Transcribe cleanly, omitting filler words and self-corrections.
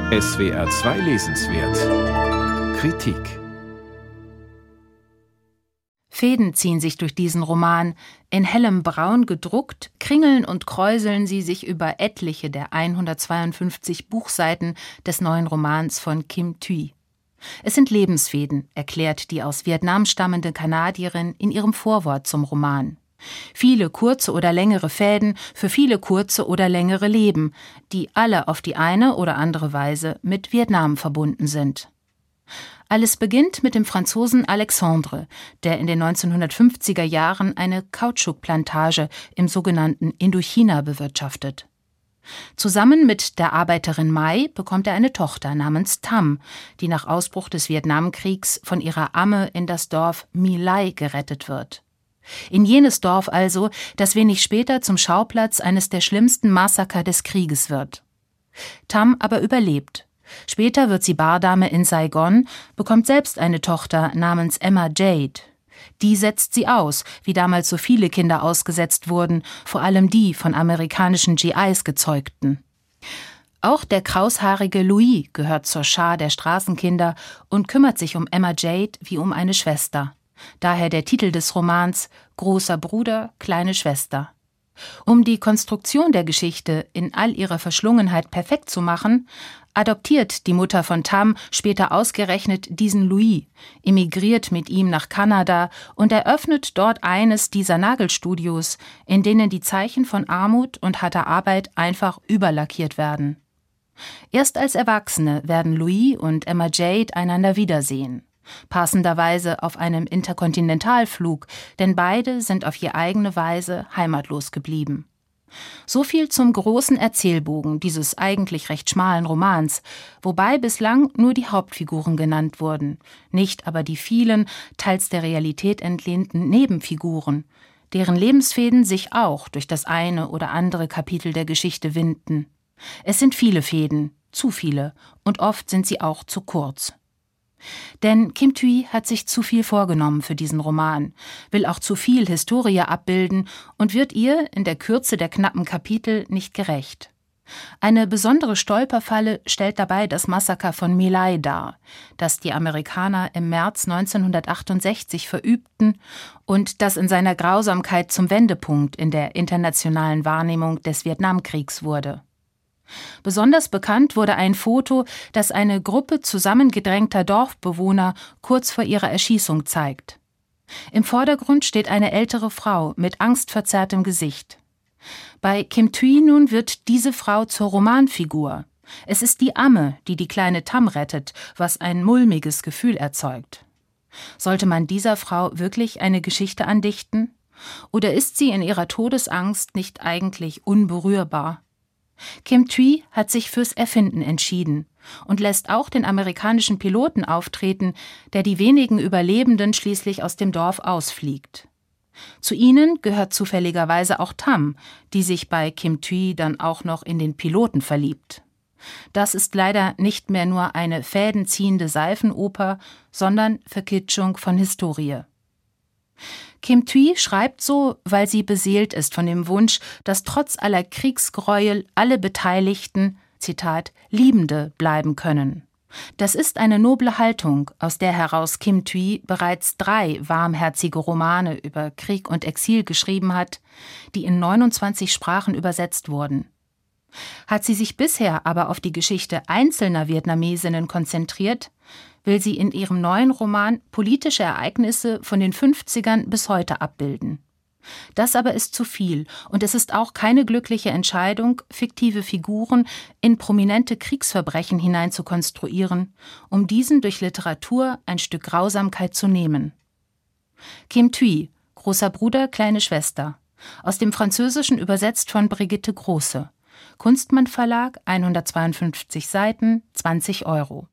SWR 2 lesenswert Kritik. Fäden ziehen sich durch diesen Roman. In hellem Braun gedruckt, kringeln und kräuseln sie sich über etliche der 152 Buchseiten des neuen Romans von Kim Thuy. Es sind Lebensfäden, erklärt die aus Vietnam stammende Kanadierin in ihrem Vorwort zum Roman. Viele kurze oder längere Fäden für viele kurze oder längere Leben, die alle auf die eine oder andere Weise mit Vietnam verbunden sind. Alles beginnt mit dem Franzosen Alexandre, der in den 1950er Jahren eine Kautschukplantage im sogenannten Indochina bewirtschaftet. Zusammen mit der Arbeiterin Mai bekommt er eine Tochter namens Tam, die nach Ausbruch des Vietnamkriegs von ihrer Amme in das Dorf My Lai gerettet wird. In jenes Dorf also, das wenig später zum Schauplatz eines der schlimmsten Massaker des Krieges wird. Tam aber überlebt. Später wird sie Bardame in Saigon, bekommt selbst eine Tochter namens Emma Jade. Die setzt sie aus, wie damals so viele Kinder ausgesetzt wurden, vor allem die von amerikanischen GIs gezeugten. Auch der kraushaarige Louis gehört zur Schar der Straßenkinder und kümmert sich um Emma Jade wie um eine Schwester. Daher der Titel des Romans »Großer Bruder, kleine Schwester«. Um die Konstruktion der Geschichte in all ihrer Verschlungenheit perfekt zu machen, adoptiert die Mutter von Tam später ausgerechnet diesen Louis, emigriert mit ihm nach Kanada und eröffnet dort eines dieser Nagelstudios, in denen die Zeichen von Armut und harter Arbeit einfach überlackiert werden. Erst als Erwachsene werden Louis und Emma Jade einander wiedersehen. Passenderweise auf einem Interkontinentalflug, denn beide sind auf ihre eigene Weise heimatlos geblieben. So viel zum großen Erzählbogen dieses eigentlich recht schmalen Romans, wobei bislang nur die Hauptfiguren genannt wurden, nicht aber die vielen, teils der Realität entlehnten Nebenfiguren, deren Lebensfäden sich auch durch das eine oder andere Kapitel der Geschichte winden. Es sind viele Fäden, zu viele, und oft sind sie auch zu kurz. Denn Kim Thuy hat sich zu viel vorgenommen für diesen Roman, will auch zu viel Historie abbilden und wird ihr in der Kürze der knappen Kapitel nicht gerecht. Eine besondere Stolperfalle stellt dabei das Massaker von My Lai dar, das die Amerikaner im März 1968 verübten und das in seiner Grausamkeit zum Wendepunkt in der internationalen Wahrnehmung des Vietnamkriegs wurde. Besonders bekannt wurde ein Foto, das eine Gruppe zusammengedrängter Dorfbewohner kurz vor ihrer Erschießung zeigt. Im Vordergrund steht eine ältere Frau mit angstverzerrtem Gesicht. Bei Kim Thuy nun wird diese Frau zur Romanfigur. Es ist die Amme, die die kleine Tam rettet, was ein mulmiges Gefühl erzeugt. Sollte man dieser Frau wirklich eine Geschichte andichten? Oder ist sie in ihrer Todesangst nicht eigentlich unberührbar? Kim Thuy hat sich fürs Erfinden entschieden und lässt auch den amerikanischen Piloten auftreten, der die wenigen Überlebenden schließlich aus dem Dorf ausfliegt. Zu ihnen gehört zufälligerweise auch Tam, die sich bei Kim Thuy dann auch noch in den Piloten verliebt. Das ist leider nicht mehr nur eine fädenziehende Seifenoper, sondern Verkitschung von Historie. Kim Thuy schreibt so, weil sie beseelt ist von dem Wunsch, dass trotz aller Kriegsgräuel alle Beteiligten, Zitat, Liebende bleiben können. Das ist eine noble Haltung, aus der heraus Kim Thuy bereits 3 warmherzige Romane über Krieg und Exil geschrieben hat, die in 29 Sprachen übersetzt wurden. Hat sie sich bisher aber auf die Geschichte einzelner Vietnamesinnen konzentriert, will sie in ihrem neuen Roman politische Ereignisse von den 50ern bis heute abbilden. Das aber ist zu viel und es ist auch keine glückliche Entscheidung, fiktive Figuren in prominente Kriegsverbrechen hinein zu konstruieren, um diesen durch Literatur ein Stück Grausamkeit zu nehmen. Kim Thuy, Großer Bruder, kleine Schwester. Aus dem Französischen übersetzt von Brigitte Große. Kunstmann Verlag, 152 Seiten, 20 €.